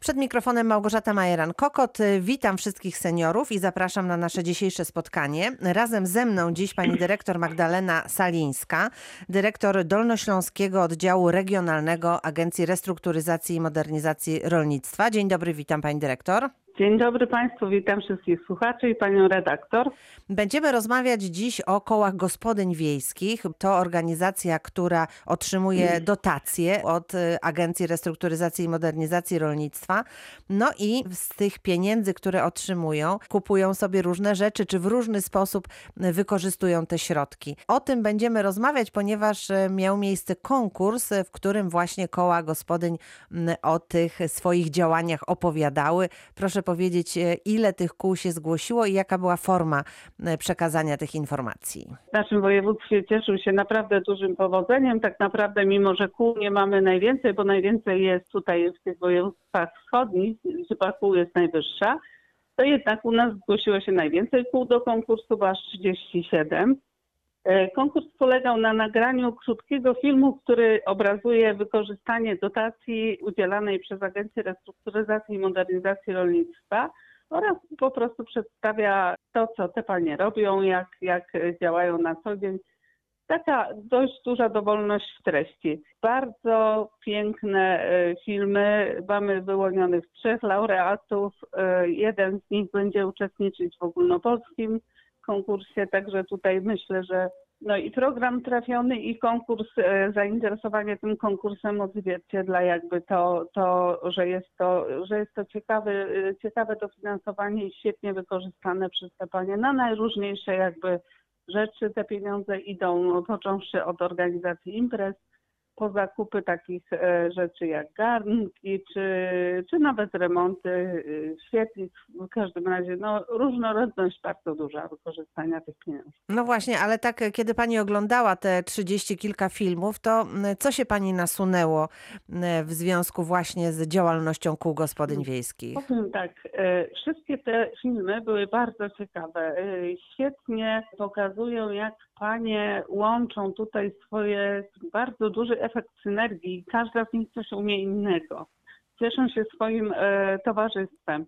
Przed mikrofonem Małgorzata Majeran-Kokot. Witam wszystkich seniorów i zapraszam na nasze dzisiejsze spotkanie. Razem ze mną dziś pani dyrektor Magdalena Salińska, dyrektor Dolnośląskiego Oddziału Regionalnego Agencji Restrukturyzacji i Modernizacji Rolnictwa. Dzień dobry, witam pani dyrektor. Dzień dobry Państwu, witam wszystkich słuchaczy i panią redaktor. Będziemy rozmawiać dziś o kołach gospodyń wiejskich. To organizacja, która otrzymuje dotacje od Agencji Restrukturyzacji i Modernizacji Rolnictwa. No i z tych pieniędzy, które otrzymują, kupują sobie różne rzeczy, czy w różny sposób wykorzystują te środki. O tym będziemy rozmawiać, ponieważ miał miejsce konkurs, w którym właśnie koła gospodyń o tych swoich działaniach opowiadały. Proszę powiedzieć, ile tych kół się zgłosiło i jaka była forma przekazania tych informacji? W naszym województwie cieszył się naprawdę dużym powodzeniem. Tak naprawdę, mimo że kół nie mamy najwięcej, bo najwięcej jest tutaj w tych województwach wschodnich, liczba kół jest najwyższa, to jednak u nas zgłosiło się najwięcej kół do konkursu, bo aż 37. Konkurs polegał na nagraniu krótkiego filmu, który obrazuje wykorzystanie dotacji udzielanej przez Agencję Restrukturyzacji i Modernizacji Rolnictwa oraz po prostu przedstawia to, co te panie robią, jak działają na co dzień. Taka dość duża dowolność w treści. Bardzo piękne filmy. Mamy wyłonionych 3 laureatów. Jeden z nich będzie uczestniczyć w ogólnopolskim konkursie, także tutaj myślę, że no i program trafiony i konkurs, zainteresowanie tym konkursem odzwierciedla jakby że jest to ciekawe dofinansowanie i świetnie wykorzystane przez te panie na najróżniejsze jakby rzeczy. Te pieniądze idą począwszy od organizacji imprez, po zakupy takich rzeczy jak garnki, czy nawet remonty świetlic. W każdym razie różnorodność bardzo duża wykorzystania tych pieniędzy. No właśnie, ale tak kiedy pani oglądała te 30 kilka filmów, to co się pani nasunęło w związku właśnie z działalnością kół gospodyń wiejskich? Powiem tak, wszystkie te filmy były bardzo ciekawe. Świetnie pokazują, jak panie łączą tutaj swoje bardzo duży efekt synergii. Każda z nich coś umie innego. Cieszą się swoim towarzystwem.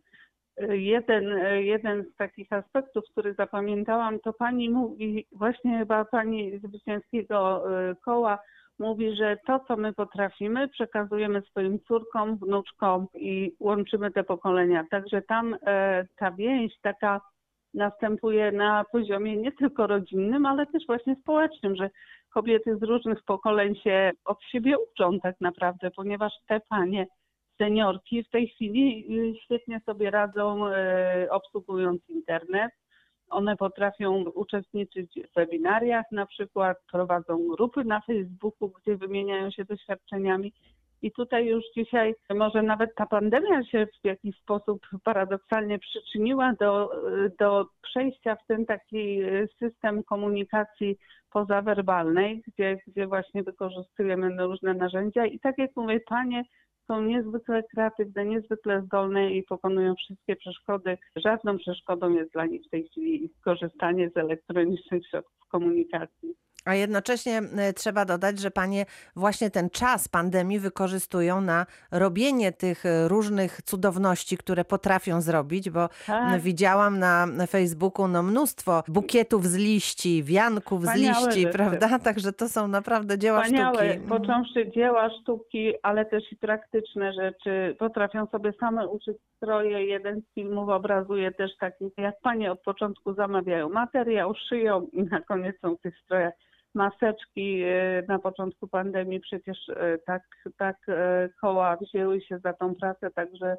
Jeden z takich aspektów, który zapamiętałam, to pani mówi, właśnie chyba pani z Zwycięskiego Koła, mówi, że to, co my potrafimy, przekazujemy swoim córkom, wnuczkom i łączymy te pokolenia. Także tam ta więź taka następuje na poziomie nie tylko rodzinnym, ale też właśnie społecznym, że kobiety z różnych pokoleń się od siebie uczą tak naprawdę, ponieważ te panie seniorki w tej chwili świetnie sobie radzą, obsługując internet. One potrafią uczestniczyć w webinariach na przykład, prowadzą grupy na Facebooku, gdzie wymieniają się doświadczeniami. I tutaj już dzisiaj może nawet ta pandemia się w jakiś sposób paradoksalnie przyczyniła do przejścia w ten taki system komunikacji pozawerbalnej, gdzie właśnie wykorzystujemy różne narzędzia. I tak jak mówię, panie są niezwykle kreatywne, niezwykle zdolne i pokonują wszystkie przeszkody. Żadną przeszkodą jest dla nich w tej chwili korzystanie z elektronicznych środków komunikacji. A jednocześnie trzeba dodać, że panie właśnie ten czas pandemii wykorzystują na robienie tych różnych cudowności, które potrafią zrobić, bo widziałam na Facebooku mnóstwo bukietów z liści, wianków z liści, rzeczy. Prawda? Także to są naprawdę dzieła Wspaniałe, sztuki. począwszy dzieła sztuki, ale też i praktyczne rzeczy. Potrafią sobie same uszyć stroje. Jeden z filmów obrazuje też takich, jak panie od początku zamawiają materiał, szyją i na koniec są w tych strojach maseczki. Na początku pandemii przecież tak koła wzięły się za tą pracę, także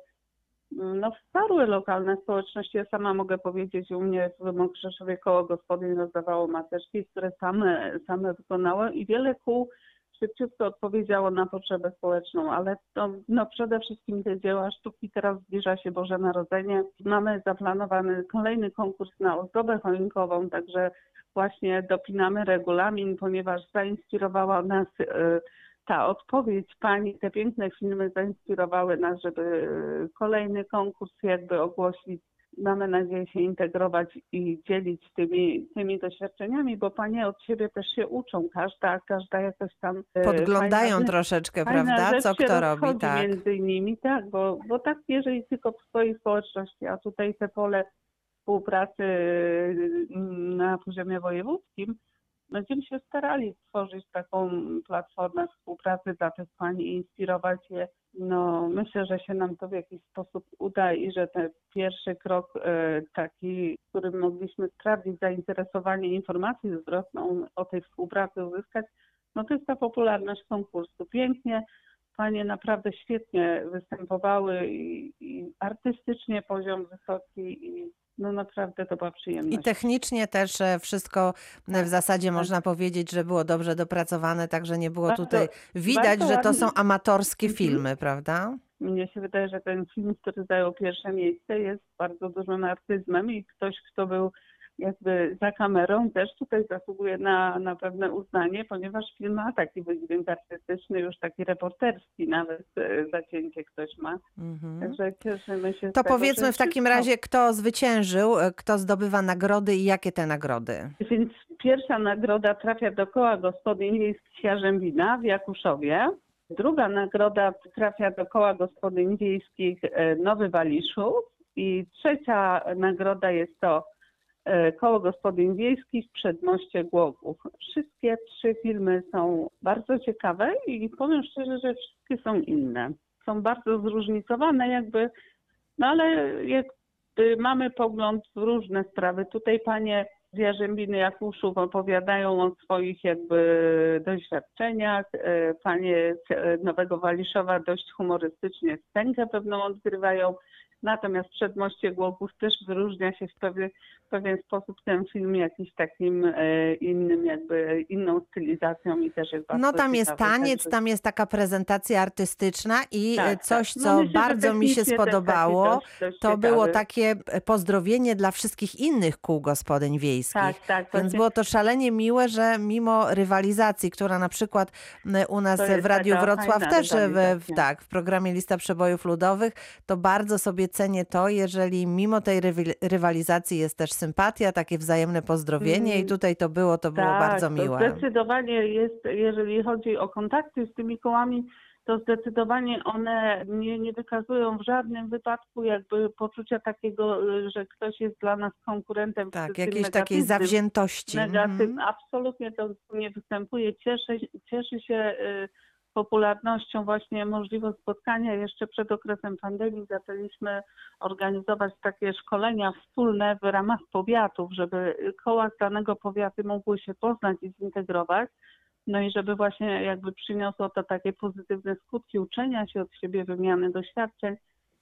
wsparły lokalne społeczności. Ja sama mogę powiedzieć, u mnie w Mokrzeszowie koło gospodyń rozdawało maseczki, które same wykonały i wiele kół szybciutko odpowiedziało na potrzebę społeczną, ale przede wszystkim te dzieła sztuki. Teraz zbliża się Boże Narodzenie. Mamy zaplanowany kolejny konkurs na ozdobę choinkową, także właśnie dopinamy regulamin, ponieważ zainspirowała nas ta odpowiedź pani. Te piękne filmy zainspirowały nas, żeby kolejny konkurs jakby ogłosić. mamy nadzieję się integrować i dzielić tymi doświadczeniami, bo panie od siebie też się uczą. Każda jakaś tam Podglądają troszeczkę, fajna prawda? rzecz Co się kto robi, rozchodzi tak. między innymi, tak, bo tak jeżeli tylko w swojej społeczności, a tutaj te pole współpracy na poziomie wojewódzkim, będziemy się starali stworzyć taką platformę współpracy dla tych pań i inspirować je. No, myślę, że się nam to w jakiś sposób uda i że ten pierwszy krok taki, w którym mogliśmy sprawdzić zainteresowanie, informacji zwrotną o tej współpracy uzyskać, no to jest ta popularność konkursu. Pięknie, panie naprawdę świetnie występowały i artystycznie poziom wysoki i no naprawdę to była I przyjemność. technicznie też wszystko w zasadzie można powiedzieć, że było dobrze dopracowane, także nie było Bardzo, tutaj widać, bardzo że to są ładnie. amatorskie Mhm. filmy, prawda? Mnie się wydaje, że ten film, który zajął pierwsze miejsce, jest bardzo dużym artyzmem i ktoś, kto był jakby za kamerą, też tutaj zasługuje na pewne uznanie, ponieważ film ma taki wydźwięk artystyczny, już taki reporterski, nawet zacięcie ktoś ma. Także cieszymy się z To tego, powiedzmy że w takim wszystko. razie, kto zwyciężył, kto zdobywa nagrody i jakie te nagrody? Więc pierwsza nagroda trafia do Koła Gospodyń Wiejskich Jarzębina w Jakuszowie. Druga nagroda trafia do Koła Gospodyń Wiejskich Nowy Waliszów. I trzecia nagroda jest to Koło Gospodyń Wiejskich Przedmoście Głogów. Wszystkie trzy filmy są bardzo ciekawe i powiem szczerze, że wszystkie są inne. Są bardzo zróżnicowane jakby, no ale jakby mamy pogląd w różne sprawy. Tutaj panie z Jarzębiny Jakuszów opowiadają o swoich jakby doświadczeniach. Panie z Nowego Waliszowa dość humorystycznie scenkę pewną odgrywają. Natomiast Przedmoście Głogów też wyróżnia się w pewien sposób ten film jakiś takim innym, jakby inną stylizacją i też jest bardzo No tam jest ciekawy. taniec, Także tam jest taka prezentacja artystyczna i coś, No co myślę, że bardzo mi się technicznie też taki spodobało, dość to było ciekawy. takie pozdrowienie dla wszystkich innych kół gospodyń wiejskich. Tak, Więc właśnie było to szalenie miłe, że mimo rywalizacji, która na przykład u nas to w jest Radiu taka Wrocław fajna też rywalizacja. w programie Lista Przebojów Ludowych, to bardzo sobie cenię to, jeżeli mimo tej rywalizacji jest też sympatia, takie wzajemne pozdrowienie i tutaj to było bardzo Tak, to miłe. zdecydowanie jest, jeżeli chodzi o kontakty z tymi kołami, to zdecydowanie one nie wykazują w żadnym wypadku jakby poczucia takiego, że ktoś jest dla nas konkurentem w Tak, tym jakiejś takiej negatywnym. zawziętości. Absolutnie to nie występuje. Cieszy się popularnością właśnie możliwość spotkania. Jeszcze przed okresem pandemii zaczęliśmy organizować takie szkolenia wspólne w ramach powiatów, żeby koła z danego powiatu mogły się poznać i zintegrować. No i żeby właśnie jakby przyniosło to takie pozytywne skutki uczenia się od siebie, wymiany doświadczeń.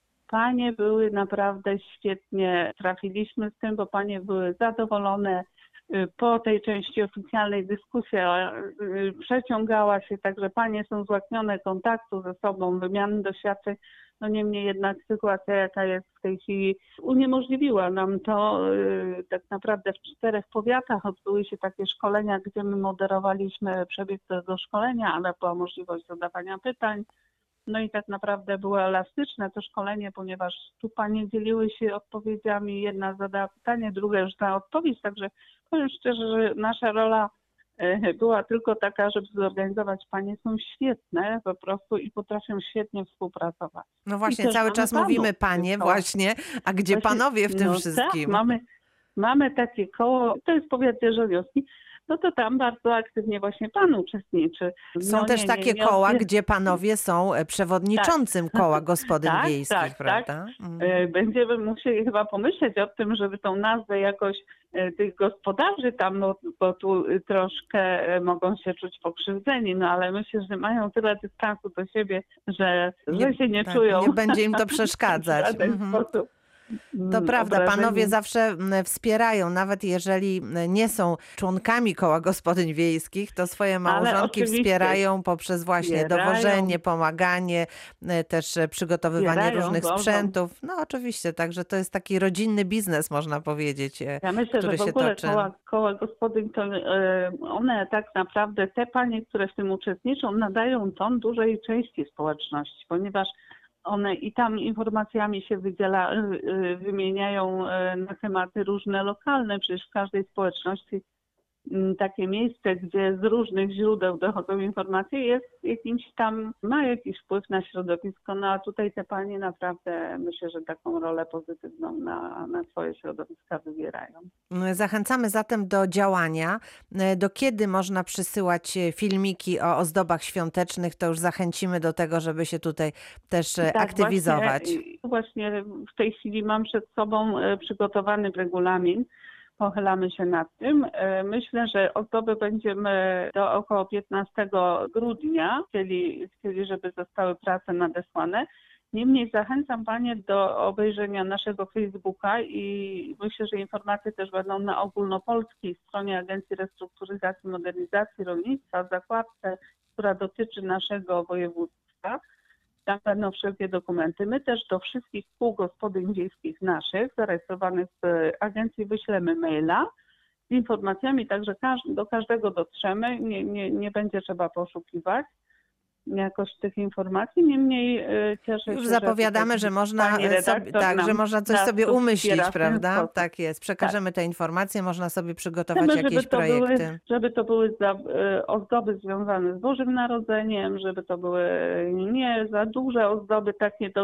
Panie były naprawdę świetnie, trafiliśmy z tym, bo panie były zadowolone. Po tej części oficjalnej dyskusja przeciągała się, także panie są złaknione kontaktu ze sobą, wymiany doświadczeń. No niemniej jednak sytuacja, jaka jest w tej chwili, uniemożliwiła nam to. Tak naprawdę w 4 powiatach odbyły się takie szkolenia, gdzie my moderowaliśmy przebieg tego szkolenia, ale była możliwość zadawania pytań. No i tak naprawdę było elastyczne to szkolenie, ponieważ tu panie dzieliły się odpowiedziami, jedna zadała pytanie, druga już dała odpowiedź, także powiem szczerze, że nasza rola była tylko taka, żeby zorganizować. Panie są świetne po prostu i potrafią świetnie współpracować. No właśnie, też cały mamy czas panów mówimy w tych panie kołach. właśnie, a gdzie Właśnie, panowie w tym no wszystkim? Tak, mamy takie koło, to jest powiat jeżeliowski, no to tam bardzo aktywnie właśnie pan uczestniczy. Są też takie koła, gdzie panowie są przewodniczącym koła gospodyń wiejskich, prawda? Będziemy musieli chyba pomyśleć o tym, żeby tą nazwę jakoś tych gospodarzy tam, no, bo tu troszkę mogą się czuć pokrzywdzeni, no ale myślę, że mają tyle dystansu do siebie, że się nie czują. Nie będzie im to w przeszkadzać. żaden sposób. To prawda, obrażeni. panowie zawsze wspierają, nawet jeżeli nie są członkami koła gospodyń wiejskich, to swoje małżonki wspierają poprzez właśnie dowożenie, pomaganie, też przygotowywanie różnych sprzętów. No oczywiście, także to jest taki rodzinny biznes, można powiedzieć, Ja myślę, który że w się ogóle toczy. koła gospodyń, to one tak naprawdę, te panie, które w tym uczestniczą, nadają ton dużej części społeczności, ponieważ One i tam informacjami się wymieniają na tematy różne lokalne. Przecież w każdej społeczności takie miejsce, gdzie z różnych źródeł dochodzą informacje, jest jakimś tam, ma jakiś wpływ na środowisko, no a tutaj te panie naprawdę myślę, że taką rolę pozytywną na swoje środowiska wybierają. Zachęcamy zatem do działania. Do kiedy można przysyłać filmiki o ozdobach świątecznych, to już zachęcimy do tego, żeby się tutaj też aktywizować. Właśnie w tej chwili mam przed sobą przygotowany regulamin. Pochylamy się nad tym. Myślę, że ozdoby będziemy do około 15 grudnia chcieli, żeby zostały prace nadesłane. Niemniej zachęcam panie do obejrzenia naszego Facebooka i myślę, że informacje też będą na ogólnopolskiej stronie Agencji Restrukturyzacji i Modernizacji Rolnictwa w zakładce, która dotyczy naszego województwa. Tam będą wszelkie dokumenty. My też do wszystkich kół gospodyń wiejskich naszych zarejestrowanych w agencji wyślemy maila z informacjami, także do każdego dotrzemy. Nie będzie trzeba poszukiwać jakoś tych informacji. Niemniej cieszę się, już zapowiadamy, że można że można coś sobie umyślić, prawda? Tak jest. Przekażemy te informacje, można sobie przygotować jakieś projekty. Żeby to były ozdoby związane z Bożym Narodzeniem, żeby to były nie za duże ozdoby, takie do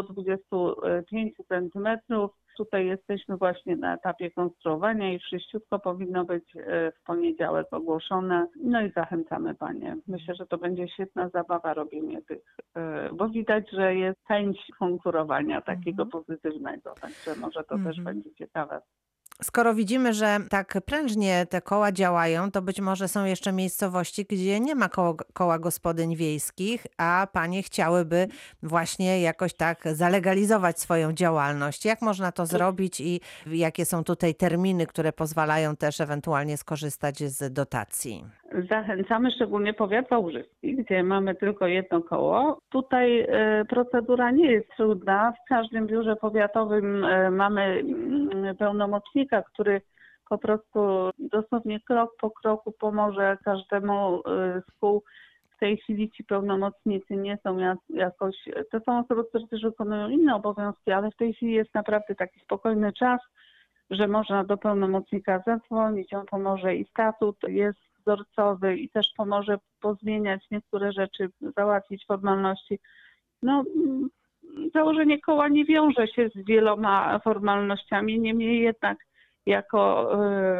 25 centymetrów. Tutaj jesteśmy właśnie na etapie konstruowania i wszyściutko powinno być w poniedziałek ogłoszone. No i zachęcamy panie. Myślę, że to będzie świetna zabawa robienie tych, bo widać, że jest chęć konkurowania takiego pozytywnego, także może to też będzie ciekawe. Skoro widzimy, że tak prężnie te koła działają, to być może są jeszcze miejscowości, gdzie nie ma koła gospodyń wiejskich, a panie chciałyby właśnie jakoś tak zalegalizować swoją działalność. Jak można to zrobić i jakie są tutaj terminy, które pozwalają też ewentualnie skorzystać z dotacji? Zachęcamy szczególnie powiat wałbrzyski, gdzie mamy tylko jedno koło. Tutaj procedura nie jest trudna. W każdym biurze powiatowym mamy pełnomocnika, który po prostu dosłownie krok po kroku pomoże każdemu z kół. W tej chwili ci pełnomocnicy nie są jakoś, to są osoby, które też wykonują inne obowiązki, ale w tej chwili jest naprawdę taki spokojny czas, że można do pełnomocnika zadzwonić, on pomoże i statut jest wzorcowy i też pomoże pozmieniać niektóre rzeczy, załatwić formalności. No, założenie koła nie wiąże się z wieloma formalnościami, niemniej jednak jako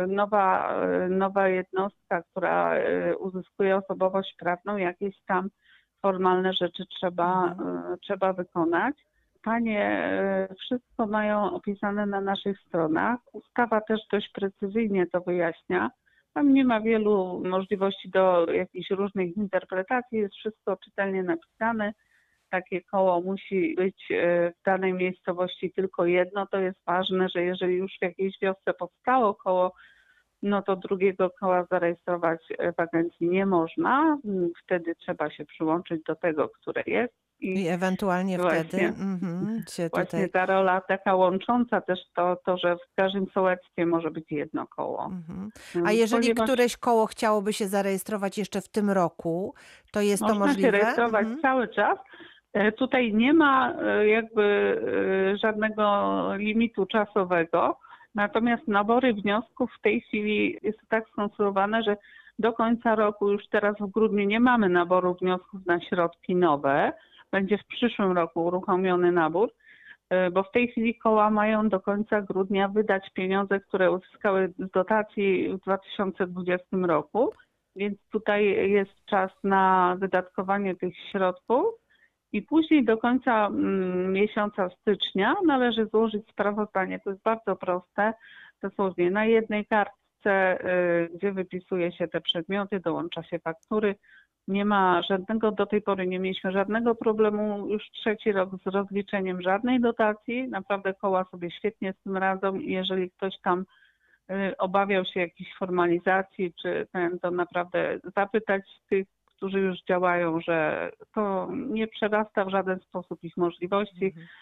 nowa jednostka, która uzyskuje osobowość prawną, jakieś tam formalne rzeczy trzeba wykonać. Panie wszystko mają opisane na naszych stronach. Ustawa też dość precyzyjnie to wyjaśnia. Tam nie ma wielu możliwości do jakichś różnych interpretacji, jest wszystko czytelnie napisane. Takie koło musi być w danej miejscowości tylko jedno. To jest ważne, że jeżeli już w jakiejś wiosce powstało koło, no to drugiego koła zarejestrować w agencji nie można. Wtedy trzeba się przyłączyć do tego, które jest. I ewentualnie wtedy Właśnie ta rola taka łącząca też to, że w każdym sołectwie może być jedno koło. A jeżeli któreś koło chciałoby się zarejestrować jeszcze w tym roku, to jest to możliwe? Można się rejestrować cały czas. Tutaj nie ma jakby żadnego limitu czasowego, natomiast nabory wniosków w tej chwili jest tak skonstruowane, że do końca roku, już teraz w grudniu nie mamy naboru wniosków na środki nowe. Będzie w przyszłym roku uruchomiony nabór, bo w tej chwili koła mają do końca grudnia wydać pieniądze, które uzyskały z dotacji w 2020 roku, więc tutaj jest czas na wydatkowanie tych środków i później do końca miesiąca stycznia należy złożyć sprawozdanie. To jest bardzo proste, dosłownie na jednej kartce, gdzie wypisuje się te przedmioty, dołącza się faktury. Nie ma do tej pory nie mieliśmy żadnego problemu, już trzeci rok z rozliczeniem żadnej dotacji. Naprawdę koła sobie świetnie z tym radzą i jeżeli ktoś tam obawiał się jakichś formalizacji, to naprawdę zapytać tych, którzy już działają, że to nie przerasta w żaden sposób ich możliwości.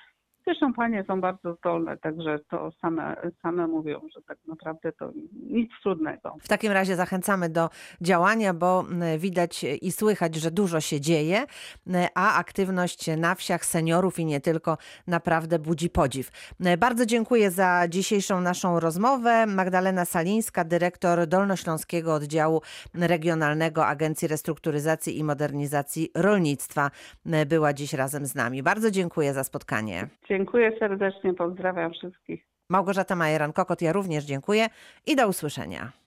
Zresztą panie są bardzo zdolne, także to same mówią, że tak naprawdę to nic trudnego. W takim razie zachęcamy do działania, bo widać i słychać, że dużo się dzieje, a aktywność na wsiach seniorów i nie tylko naprawdę budzi podziw. Bardzo dziękuję za dzisiejszą naszą rozmowę. Magdalena Salińska, dyrektor Dolnośląskiego Oddziału Regionalnego Agencji Restrukturyzacji i Modernizacji Rolnictwa, była dziś razem z nami. Bardzo dziękuję za spotkanie. Dziękuję serdecznie, pozdrawiam wszystkich. Małgorzata Majeran-Kokot, ja również dziękuję i do usłyszenia.